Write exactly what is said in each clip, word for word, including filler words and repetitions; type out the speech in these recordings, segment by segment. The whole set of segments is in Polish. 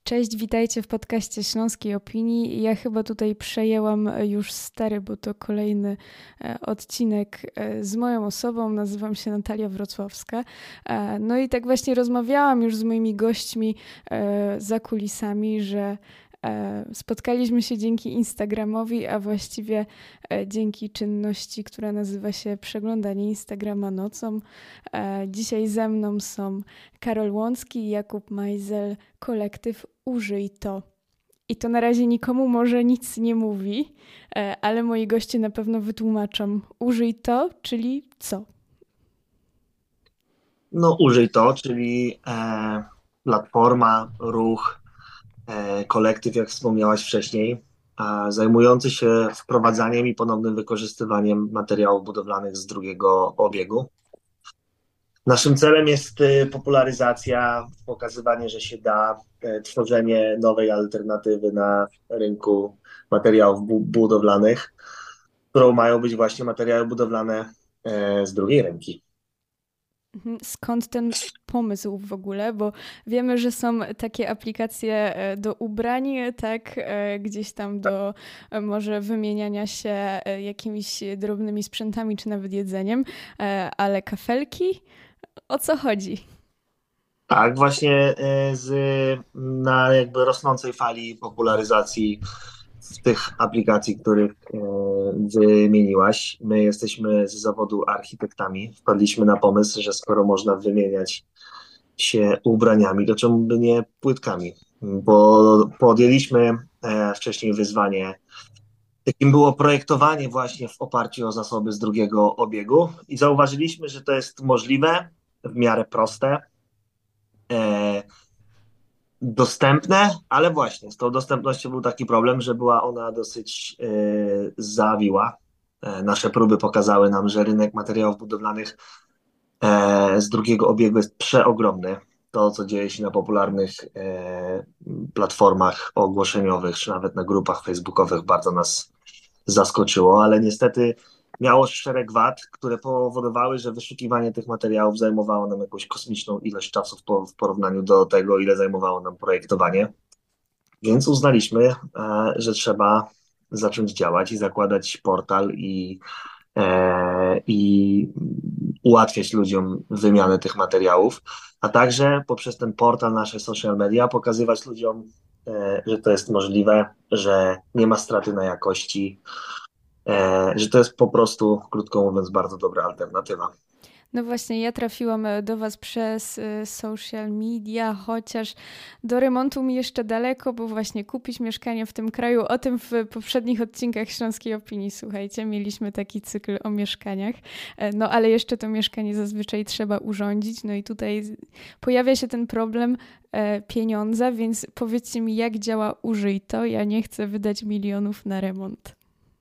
Cześć, witajcie w podcaście Śląskiej Opinii. Ja chyba tutaj przejęłam już stary, bo to kolejny e, odcinek e, z moją osobą. Nazywam się Natalia Wrocławska. E, no i tak właśnie rozmawiałam już z moimi gośćmi e, za kulisami, że e, spotkaliśmy się dzięki Instagramowi, a właściwie e, dzięki czynności, która nazywa się Przeglądanie Instagrama nocą. E, dzisiaj ze mną są Karol Łącki i Jakub Majzel, kolektyw Użyj to. I to na razie nikomu może nic nie mówi, e, ale moi goście na pewno wytłumaczą. Użyj to, czyli co? No, użyj to, czyli e, platforma, ruch, e, kolektyw, jak wspomniałaś wcześniej, e, zajmujący się wprowadzaniem i ponownym wykorzystywaniem materiałów budowlanych z drugiego obiegu. Naszym celem jest e, popularyzacja, pokazywanie, że się da, e, tworzenie nowej alternatywy na rynku materiałów bu- budowlanych, którą mają być właśnie materiały budowlane e, z drugiej ręki. Mhm. Skąd ten pomysł w ogóle? Bo wiemy, że są takie aplikacje e, do ubrań, tak, e, gdzieś tam do e, może wymieniania się e, jakimiś drobnymi sprzętami czy nawet jedzeniem, e, ale kafelki? O co chodzi? Tak, właśnie e, z, na jakby rosnącej fali popularyzacji w tych aplikacji, których e, wymieniłaś. My jesteśmy z zawodu architektami. Wpadliśmy na pomysł, że skoro można wymieniać się ubraniami, to czemu by nie płytkami? Bo podjęliśmy e, wcześniej wyzwanie, jakim było projektowanie właśnie w oparciu o zasoby z drugiego obiegu i zauważyliśmy, że to jest możliwe, w miarę proste, e, dostępne, ale właśnie z tą dostępnością był taki problem, że była ona dosyć e, zawiła. E, nasze próby pokazały nam, że rynek materiałów budowlanych e, z drugiego obiegu jest przeogromny. To, co dzieje się na popularnych e, platformach ogłoszeniowych, czy nawet na grupach facebookowych, bardzo nas zaskoczyło, ale niestety miało szereg wad, które powodowały, że wyszukiwanie tych materiałów zajmowało nam jakąś kosmiczną ilość czasu w, po, w porównaniu do tego, ile zajmowało nam projektowanie. Więc uznaliśmy, e, że trzeba zacząć działać i zakładać portal i, e, i ułatwiać ludziom wymianę tych materiałów, a także poprzez ten portal, nasze social media, pokazywać ludziom, e, że to jest możliwe, że nie ma straty na jakości, e, że to jest po prostu, krótko mówiąc, bardzo dobra alternatywa. No właśnie, ja trafiłam e, do Was przez e, social media, chociaż do remontu mi jeszcze daleko, bo właśnie kupić mieszkanie w tym kraju, o tym w poprzednich odcinkach Śląskiej Opinii, słuchajcie, mieliśmy taki cykl o mieszkaniach, E, no ale jeszcze to mieszkanie zazwyczaj trzeba urządzić, no i tutaj z- pojawia się ten problem e, pieniądza, więc powiedzcie mi, jak działa Użyj to, ja nie chcę wydać milionów na remont.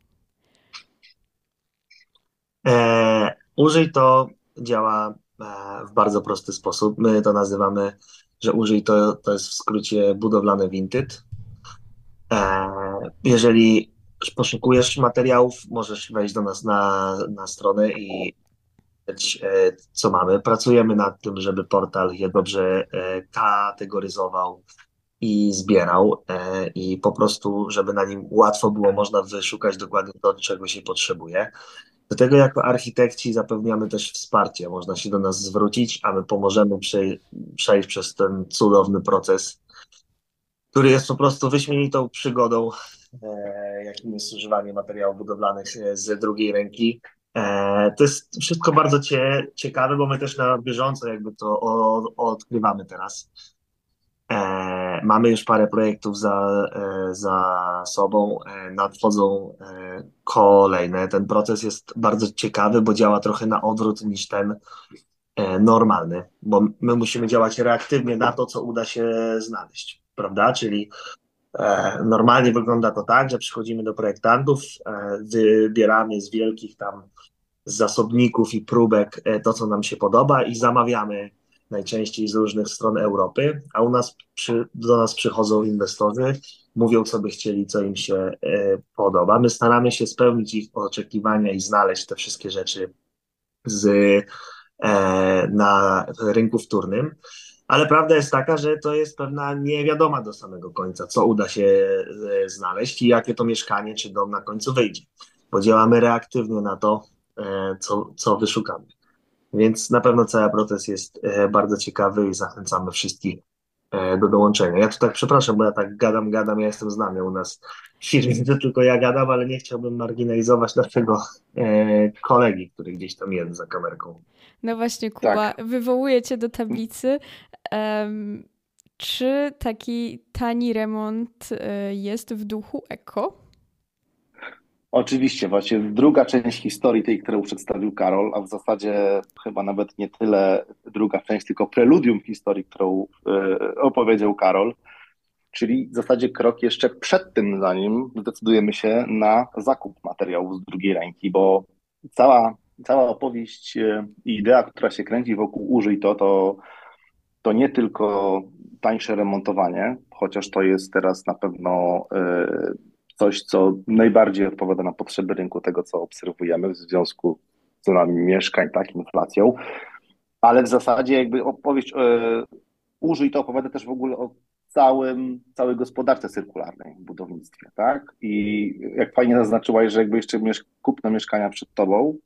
E, użyj to działa e, w bardzo prosty sposób. My to nazywamy, że użyj to, to jest w skrócie budowlane Vinted. E, jeżeli poszukujesz materiałów, możesz wejść do nas na, na stronę i zobaczyć, e, co mamy. Pracujemy nad tym, żeby portal je dobrze e, kategoryzował i zbierał e, i po prostu, żeby na nim łatwo było można wyszukać dokładnie to, czego się potrzebuje. Do tego jako architekci zapewniamy też wsparcie. Można się do nas zwrócić, a my pomożemy przej- przejść przez ten cudowny proces, który jest po prostu wyśmienitą przygodą, e, jakim jest używanie materiałów budowlanych e, z drugiej ręki. E, to jest wszystko bardzo cie, ciekawe, bo my też na bieżąco jakby to o, odkrywamy teraz. E, mamy już parę projektów za, e, za sobą, e, nadchodzą e, kolejne. Ten proces jest bardzo ciekawy, bo działa trochę na odwrót niż ten e, normalny, bo my musimy działać reaktywnie na to, co uda się znaleźć, prawda? Czyli e, normalnie wygląda to tak, że przychodzimy do projektantów, e, wybieramy z wielkich tam zasobników i próbek e, to, co nam się podoba i zamawiamy najczęściej z różnych stron Europy, a u nas przy, do nas przychodzą inwestorzy, mówią, co by chcieli, co im się e, podoba. My staramy się spełnić ich oczekiwania i znaleźć te wszystkie rzeczy z, e, na rynku wtórnym. Ale prawda jest taka, że to jest pewna niewiadoma do samego końca, co uda się e, znaleźć i jakie to mieszkanie czy dom na końcu wyjdzie. Bo działamy reaktywnie na to, e, co, co wyszukamy. Więc na pewno cały proces jest e, bardzo ciekawy i zachęcamy wszystkich e, do dołączenia. Ja tu tak przepraszam, bo ja tak gadam, gadam, ja jestem znany u nas w firmie, to tylko ja gadam, ale nie chciałbym marginalizować naszego e, kolegi, który gdzieś tam jest za kamerką. No właśnie, Kuba, Tak, wywołuję cię do tablicy. Em, czy taki tani remont e, jest w duchu eko? oczywiście. Właśnie druga część historii tej, którą przedstawił Karol, a w zasadzie chyba nawet nie tyle druga część, tylko preludium historii, którą e, opowiedział Karol, czyli w zasadzie krok jeszcze przed tym, zanim zdecydujemy się na zakup materiałów z drugiej ręki, bo cała, cała opowieść e, i idea, która się kręci wokół Użyj to, to, to nie tylko tańsze remontowanie, chociaż to jest teraz na pewno e, coś, co najbardziej odpowiada na potrzeby rynku, tego co obserwujemy w związku z cenami mieszkań, tak, inflacją, ale w zasadzie jakby opowieść e, Użyj to opowiada też w ogóle o całym, całej gospodarce cyrkularnej w budownictwie, tak? I jak fajnie zaznaczyłaś, że jakby jeszcze miesz kupno mieszkania przed tobą,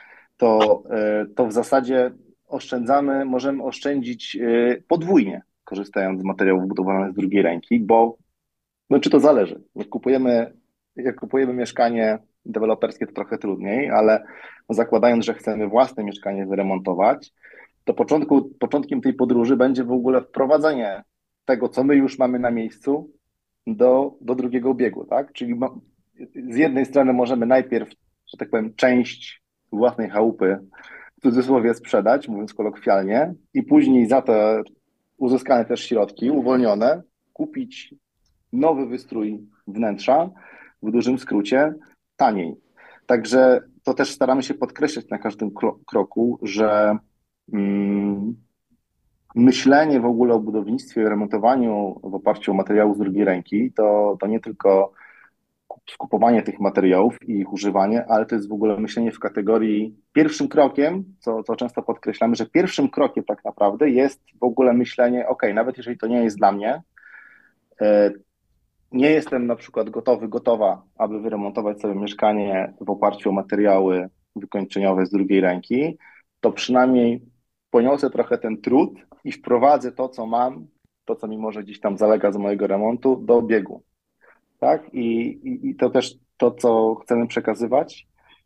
to, e, to w zasadzie oszczędzamy, możemy oszczędzić e, podwójnie, korzystając z materiałów budowlanych z drugiej ręki, bo no czy to zależy. Jak kupujemy, jak kupujemy mieszkanie deweloperskie, to trochę trudniej, ale zakładając, że chcemy własne mieszkanie wyremontować, to początku, początkiem tej podróży będzie w ogóle wprowadzenie tego, co my już mamy na miejscu, do, do drugiego biegu, tak? Czyli ma, z jednej strony możemy najpierw, że tak powiem, część własnej chałupy w cudzysłowie sprzedać, mówiąc kolokwialnie, i później za te uzyskane też środki, uwolnione, kupić nowy wystrój wnętrza, w dużym skrócie, taniej. Także to też staramy się podkreślać na każdym kroku, że mm, myślenie w ogóle o budownictwie i remontowaniu w oparciu o materiały z drugiej ręki, to, to nie tylko skupowanie tych materiałów i ich używanie, ale to jest w ogóle myślenie w kategorii pierwszym krokiem, co, co często podkreślamy, że pierwszym krokiem tak naprawdę jest w ogóle myślenie, ok, nawet jeżeli to nie jest dla mnie, e, nie jestem na przykład gotowy, gotowa, aby wyremontować sobie mieszkanie w oparciu o materiały wykończeniowe z drugiej ręki, to przynajmniej poniosę trochę ten trud i wprowadzę to, co mam, to, co mi może gdzieś tam zalega z mojego remontu, do obiegu. Tak? I, i, i to też to, co chcemy przekazywać,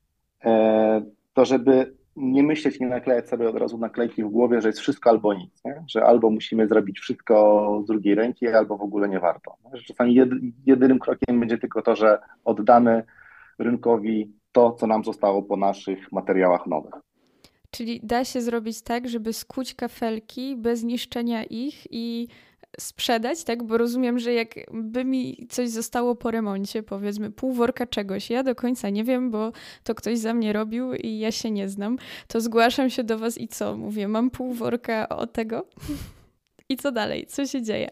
e, to żeby nie myśleć, nie naklejać sobie od razu naklejki w głowie, że jest wszystko albo nic, nie? Że albo musimy zrobić wszystko z drugiej ręki, albo w ogóle nie warto. Że czasami jedy, jedynym krokiem będzie tylko to, że oddamy rynkowi to, co nam zostało po naszych materiałach nowych. Czyli da się zrobić tak, żeby skuć kafelki bez niszczenia ich i sprzedać, tak? Bo rozumiem, że jakby mi coś zostało po remoncie, powiedzmy pół worka czegoś, ja do końca nie wiem, bo to ktoś za mnie robił i ja się nie znam, to zgłaszam się do was i co? Mówię, mam pół worka o tego i co dalej? Co się dzieje?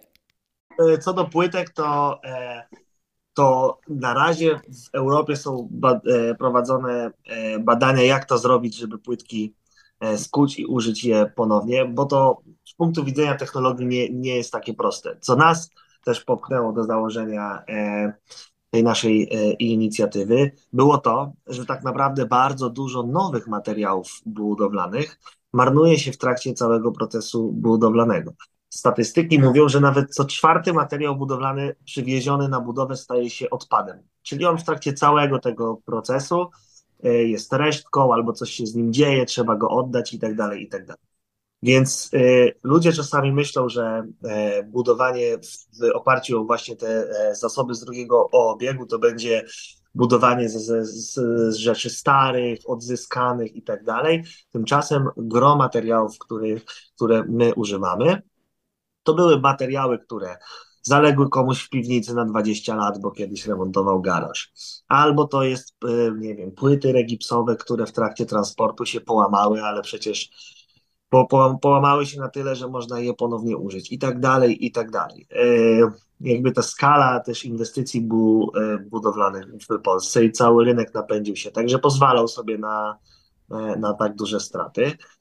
Co do płytek, to, e, to na razie w Europie są ba- e, prowadzone e, badania, jak to zrobić, żeby płytki e, skuć i użyć je ponownie, bo to z punktu widzenia technologii nie, nie jest takie proste. Co nas też popchnęło do założenia e, tej naszej e, inicjatywy, było to, że tak naprawdę bardzo dużo nowych materiałów budowlanych marnuje się w trakcie całego procesu budowlanego. Statystyki mówią, że nawet co czwarty materiał budowlany przywieziony na budowę staje się odpadem. Czyli on w trakcie całego tego procesu e, jest resztką albo coś się z nim dzieje, trzeba go oddać i tak dalej, i tak dalej. Więc y, ludzie czasami myślą, że e, budowanie w, w oparciu o właśnie te e, zasoby z drugiego obiegu to będzie budowanie z, z, z, z rzeczy starych, odzyskanych i tak dalej. Tymczasem gro materiałów, których, które my używamy, to były materiały, które zaległy komuś w piwnicy na dwadzieścia lat, bo kiedyś remontował garaż. Albo to jest, y, nie wiem, płyty regipsowe, które w trakcie transportu się połamały, ale przecież po, po, połamały się na tyle, że można je ponownie użyć i tak dalej, i tak dalej. E, jakby ta skala też inwestycji bu, e, budowlanych w Polsce i cały rynek napędził się, także pozwalał sobie na, e, na tak duże straty.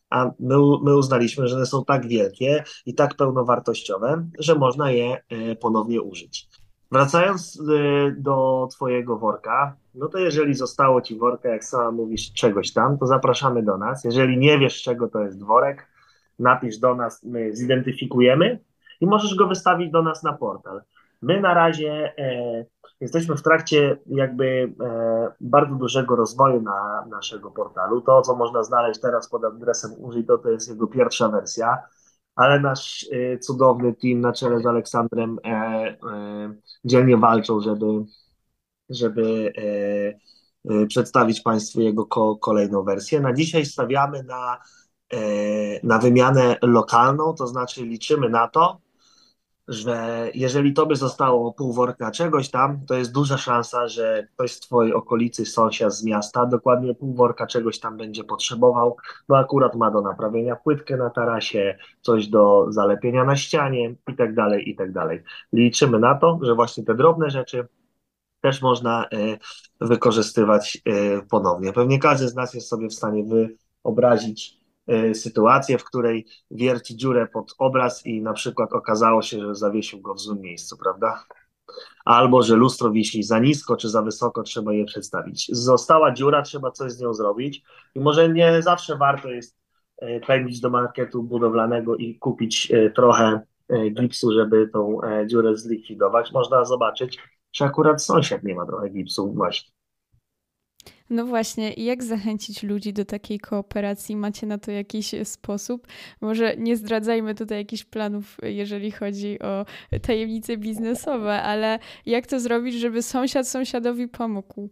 a my, my uznaliśmy, że one są tak wielkie i tak pełnowartościowe, że można je e, ponownie użyć. Wracając e, do Twojego worka, no to jeżeli zostało Ci worka, jak sama mówisz, czegoś tam, to zapraszamy do nas. Jeżeli nie wiesz, czego to jest worek, napisz do nas, my zidentyfikujemy i możesz go wystawić do nas na portal. My na razie e, jesteśmy w trakcie jakby e, bardzo dużego rozwoju na naszego portalu. To, co można znaleźć teraz pod adresem Użyj, to, to jest jego pierwsza wersja, ale nasz e, cudowny team na czele z Aleksandrem e, e, dzielnie walczą, żeby, żeby e, e, przedstawić Państwu jego ko, kolejną wersję. Na dzisiaj stawiamy na, e, na wymianę lokalną, to znaczy liczymy na to, że jeżeli tobie zostało pół worka czegoś tam, to jest duża szansa, że ktoś z twojej okolicy, sąsiad z miasta, dokładnie pół worka czegoś tam będzie potrzebował, bo akurat ma do naprawienia płytkę na tarasie, coś do zalepienia na ścianie i tak dalej, i tak dalej. Liczymy na to, że właśnie te drobne rzeczy też można e, wykorzystywać e, ponownie. Pewnie każdy z nas jest sobie w stanie wyobrazić e, sytuację, w której wierci dziurę pod obraz i na przykład okazało się, że zawiesił go w złym miejscu, prawda? Albo że lustro wisi za nisko czy za wysoko, trzeba je przedstawić. Została dziura, trzeba coś z nią zrobić i może nie zawsze warto jest e, pędzić do marketu budowlanego i kupić e, trochę e, gipsu, żeby tą e, dziurę zlikwidować. Można zobaczyć, czy akurat sąsiad nie ma trochę gipsu właśnie. No właśnie, i jak zachęcić ludzi do takiej kooperacji? Macie na to jakiś sposób? Może nie zdradzajmy tutaj jakichś planów, jeżeli chodzi o tajemnice biznesowe, ale jak to zrobić, żeby sąsiad sąsiadowi pomógł?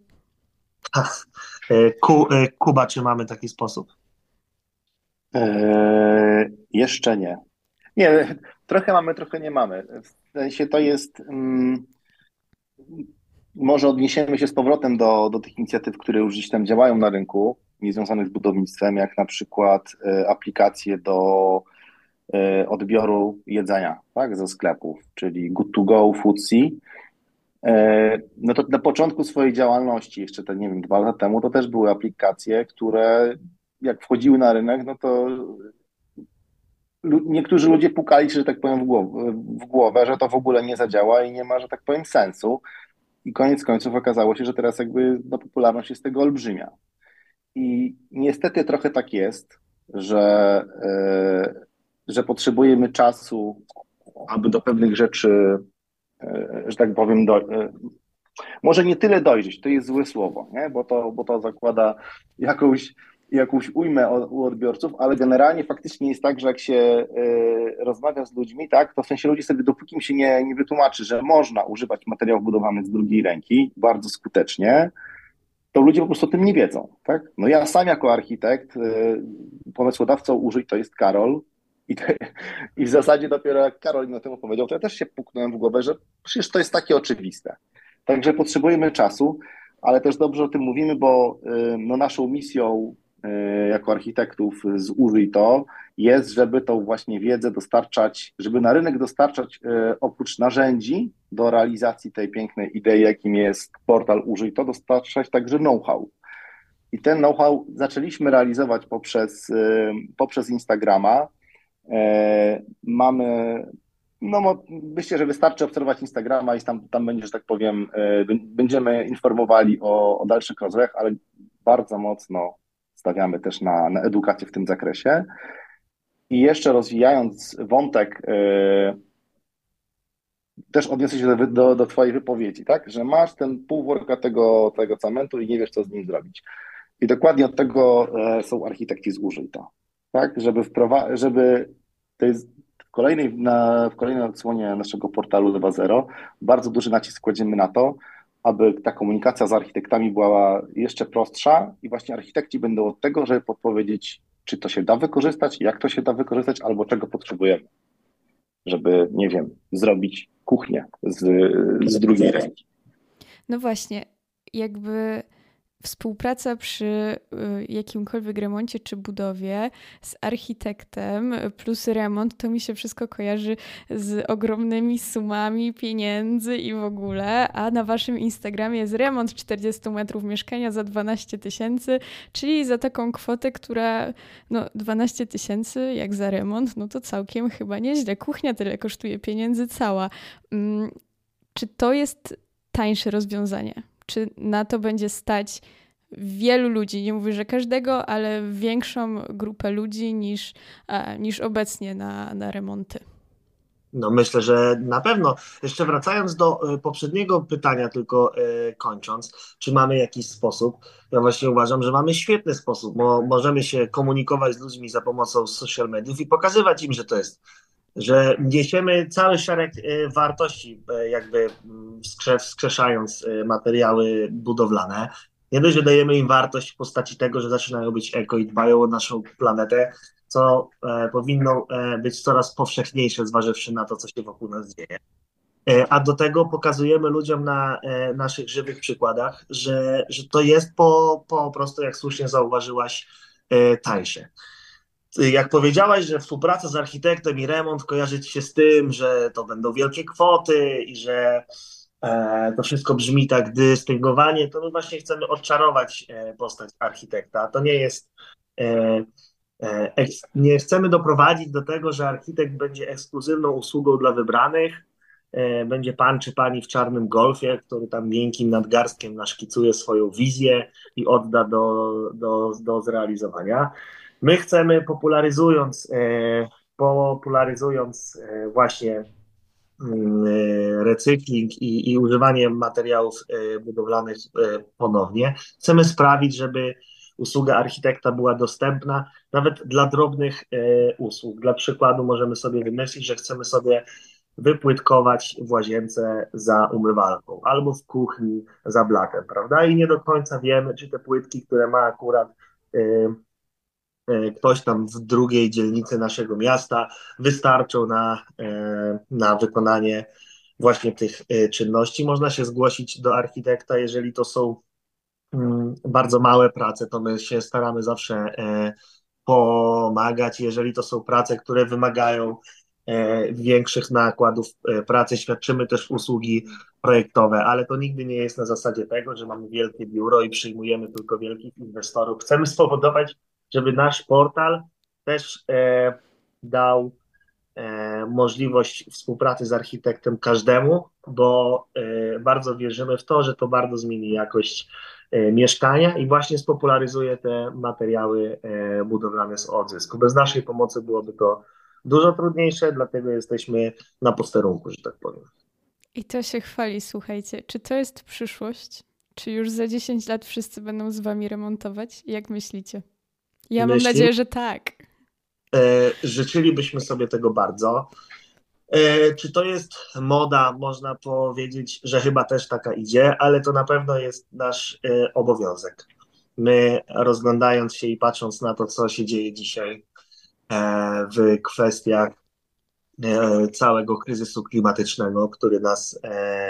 E, Ku, e, Kuba, czy mamy taki sposób? Eee, jeszcze nie. Nie, trochę mamy, trochę nie mamy. W sensie to jest. Mm, może odniesiemy się z powrotem do, do tych inicjatyw, które już gdzieś tam działają na rynku, niezwiązanych z budownictwem, jak na przykład e, aplikacje do e, odbioru jedzenia, tak, ze sklepów, czyli Good to Go, Foodsie. E, no to na początku swojej działalności, jeszcze te, nie wiem, dwa lata temu, to też były aplikacje, które jak wchodziły na rynek, no to lu- niektórzy ludzie pukali się, że tak powiem, w głowę, w głowę, że to w ogóle nie zadziała i nie ma, że tak powiem, sensu. I koniec końców okazało się, że teraz jakby no, popularność jest tego olbrzymia. I niestety trochę tak jest, że, e, że potrzebujemy czasu, aby do pewnych rzeczy, e, że tak powiem, do, e, może nie tyle dojrzeć, to jest złe słowo, nie? Bo to, bo to zakłada jakąś, jakąś ujmę o- u odbiorców, ale generalnie faktycznie jest tak, że jak się e, rozmawia z ludźmi, tak, to w sensie ludzie sobie, dopóki im się nie, nie wytłumaczy, że można używać materiałów budowlanych z drugiej ręki bardzo skutecznie, to ludzie po prostu o tym nie wiedzą, tak? No ja sam jako architekt, y, pomysłodawcą Użyj to jest Karol i, te, i w zasadzie dopiero jak Karol mi o tym opowiedział, to ja też się puknąłem w głowę, że przecież to jest takie oczywiste. Także potrzebujemy czasu, ale też dobrze o tym mówimy, bo y, no naszą misją y, jako architektów z Użyj to jest, żeby tą właśnie wiedzę dostarczać, żeby na rynek dostarczać y, oprócz narzędzi do realizacji tej pięknej idei, jakim jest portal Użyj to, dostarczać także know-how. I ten know-how zaczęliśmy realizować poprzez, y, poprzez Instagrama. E, Mamy, no mo- myślę, że wystarczy obserwować Instagrama i tam, tam będzie, że tak powiem, e, b- będziemy informowali o, o dalszych rozwojach, ale bardzo mocno stawiamy też na, na edukację w tym zakresie. I jeszcze rozwijając wątek, e, też odniosę się do, do, do Twojej wypowiedzi, tak? Że masz ten pół worka tego, tego cementu i nie wiesz, co z nim zrobić. I dokładnie od tego e, są architekci z Użyj to, tak? Żeby wprowa- żeby to jest w kolejnej, na, w kolejnej odsłonie naszego portalu dwa zero bardzo duży nacisk kładziemy na to, aby ta komunikacja z architektami była jeszcze prostsza i właśnie architekci będą od tego, żeby podpowiedzieć, czy to się da wykorzystać, jak to się da wykorzystać, albo czego potrzebujemy, żeby, nie wiem, zrobić kuchnię z, z drugiej ręki. No właśnie, jakby Współpraca przy jakimkolwiek remoncie czy budowie z architektem plus remont, to mi się wszystko kojarzy z ogromnymi sumami pieniędzy i w ogóle, a na waszym Instagramie jest remont czterdzieści metrów mieszkania za dwanaście tysięcy, czyli za taką kwotę, która no dwanaście tysięcy jak za remont, no to całkiem chyba nieźle. Kuchnia tyle kosztuje pieniędzy cała. Hmm, czy to jest tańsze rozwiązanie? Czy na to będzie stać wielu ludzi, nie mówię, że każdego, ale większą grupę ludzi niż, niż obecnie na, na remonty? No myślę, że na pewno. Jeszcze wracając do poprzedniego pytania, tylko kończąc, czy mamy jakiś sposób? Ja właśnie uważam, że mamy świetny sposób, bo możemy się komunikować z ludźmi za pomocą social mediów i pokazywać im, że to jest, że niesiemy cały szereg wartości, jakby wskrzeszając materiały budowlane. Nie dość, że dajemy im wartość w postaci tego, że zaczynają być eko i dbają o naszą planetę, co e, powinno e, być coraz powszechniejsze, zważywszy na to, co się wokół nas dzieje. E, a do tego pokazujemy ludziom na e, naszych żywych przykładach, że, że to jest po, po prostu, jak słusznie zauważyłaś, e, tańsze. Jak powiedziałaś, że współpraca z architektem i remont kojarzy ci się z tym, że to będą wielkie kwoty i że e, to wszystko brzmi tak dystyngowanie, to my właśnie chcemy odczarować e, postać architekta. To nie jest... E, Nie chcemy doprowadzić do tego, że architekt będzie ekskluzywną usługą dla wybranych, będzie pan czy pani w czarnym golfie, który tam miękkim nadgarstkiem naszkicuje swoją wizję i odda do, do, do zrealizowania. My chcemy, popularyzując, popularyzując właśnie recykling i, i używanie materiałów budowlanych ponownie, chcemy sprawić, żeby usługa architekta była dostępna nawet dla drobnych e, usług. Dla przykładu możemy sobie wymyślić, że chcemy sobie wypłytkować w łazience za umywalką albo w kuchni za blatem, prawda? I nie do końca wiemy, czy te płytki, które ma akurat e, e, ktoś tam w drugiej dzielnicy naszego miasta, wystarczą na, e, na wykonanie właśnie tych e, czynności. Można się zgłosić do architekta, jeżeli to są bardzo małe prace, to my się staramy zawsze e, pomagać. Jeżeli to są prace, które wymagają e, większych nakładów e, pracy, świadczymy też usługi projektowe, ale to nigdy nie jest na zasadzie tego, że mamy wielkie biuro i przyjmujemy tylko wielkich inwestorów. Chcemy spowodować, żeby nasz portal też e, dał e, możliwość współpracy z architektem każdemu, bo e, bardzo wierzymy w to, że to bardzo zmieni jakość mieszkania i właśnie spopularyzuje te materiały budowlane z odzysku. Bez naszej pomocy byłoby to dużo trudniejsze, dlatego jesteśmy na posterunku, że tak powiem. I to się chwali, słuchajcie. Czy to jest przyszłość? Czy już za dziesięć lat wszyscy będą z wami remontować? Jak myślicie? Ja Myśli... mam nadzieję, że tak. E, życzylibyśmy sobie tego bardzo. Czy to jest moda? Można powiedzieć, że chyba też taka idzie, ale to na pewno jest nasz obowiązek. My, rozglądając się i patrząc na to, co się dzieje dzisiaj w kwestiach całego kryzysu klimatycznego, który nas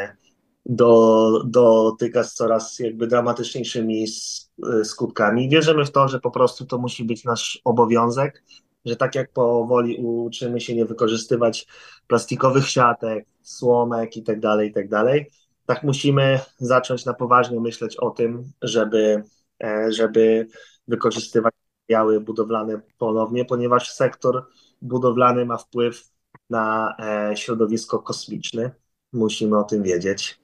do, dotyka z coraz jakby dramatyczniejszymi skutkami, wierzymy w to, że po prostu to musi być nasz obowiązek, że tak jak powoli uczymy się nie wykorzystywać plastikowych siatek, słomek i tak dalej, i tak dalej, tak musimy zacząć na poważnie myśleć o tym, żeby, żeby wykorzystywać materiały budowlane ponownie, ponieważ sektor budowlany ma wpływ na środowisko kosmiczne. Musimy o tym wiedzieć.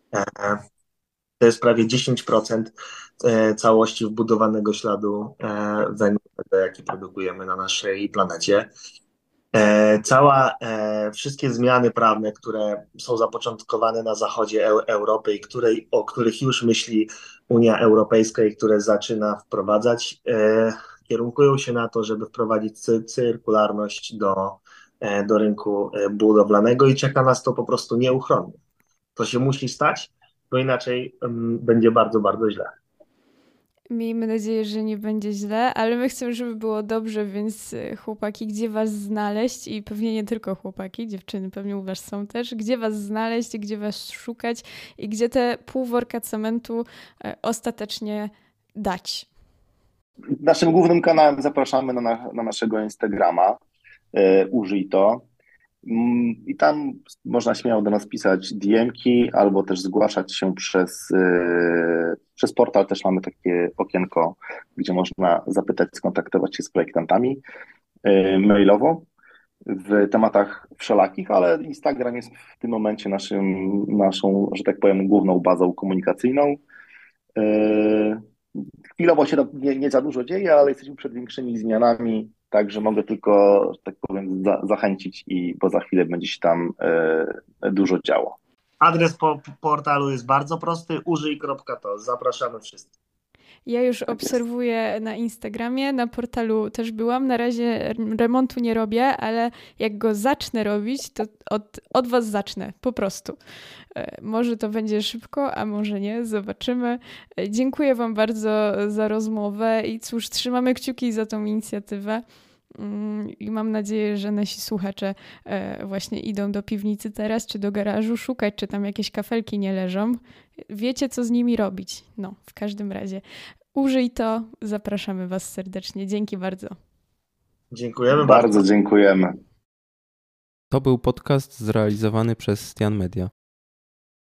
To jest prawie dziesięć procent całości wbudowanego śladu węglowego, jaki produkujemy na naszej planecie. Cała, wszystkie zmiany prawne, które są zapoczątkowane na zachodzie Europy i której, o których już myśli Unia Europejska i które zaczyna wprowadzać, kierunkują się na to, żeby wprowadzić cyrkularność do, do rynku budowlanego i czeka nas to po prostu nieuchronnie. To się musi stać, bo inaczej um, będzie bardzo, bardzo źle. Miejmy nadzieję, że nie będzie źle, ale my chcemy, żeby było dobrze, więc chłopaki, gdzie was znaleźć i pewnie nie tylko chłopaki, dziewczyny pewnie u was są też, gdzie was znaleźć, gdzie was szukać i gdzie te pół worka cementu e, ostatecznie dać? Naszym głównym kanałem zapraszamy na, na, na naszego Instagrama. Yy, użyj to. I tam można śmiało do nas pisać D M-ki albo też zgłaszać się przez, yy, przez portal. Też mamy takie okienko, gdzie można zapytać, skontaktować się z projektantami yy, mailowo w tematach wszelakich, ale Instagram jest w tym momencie naszym, naszą, że tak powiem, główną bazą komunikacyjną. Yy, chwilowo się nie, nie za dużo dzieje, ale jesteśmy przed większymi zmianami. Także mogę tylko, że tak powiem, za, zachęcić, i bo za chwilę będzie się tam e, dużo działo. Adres po, portalu jest bardzo prosty, użyj kropka to. Zapraszamy wszyscy. Ja już tak obserwuję jest. Na Instagramie, na portalu też byłam. Na razie remontu nie robię, ale jak go zacznę robić, to od, od was zacznę, po prostu. Może to będzie szybko, a może nie, zobaczymy. Dziękuję wam bardzo za rozmowę i cóż, trzymamy kciuki za tą inicjatywę. I mam nadzieję, że nasi słuchacze właśnie idą do piwnicy teraz, czy do garażu szukać, czy tam jakieś kafelki nie leżą. Wiecie, co z nimi robić. No, w każdym razie użyj to. Zapraszamy was serdecznie. Dzięki bardzo. Dziękujemy bardzo. Bardzo dziękujemy. To był podcast zrealizowany przez Stian Media.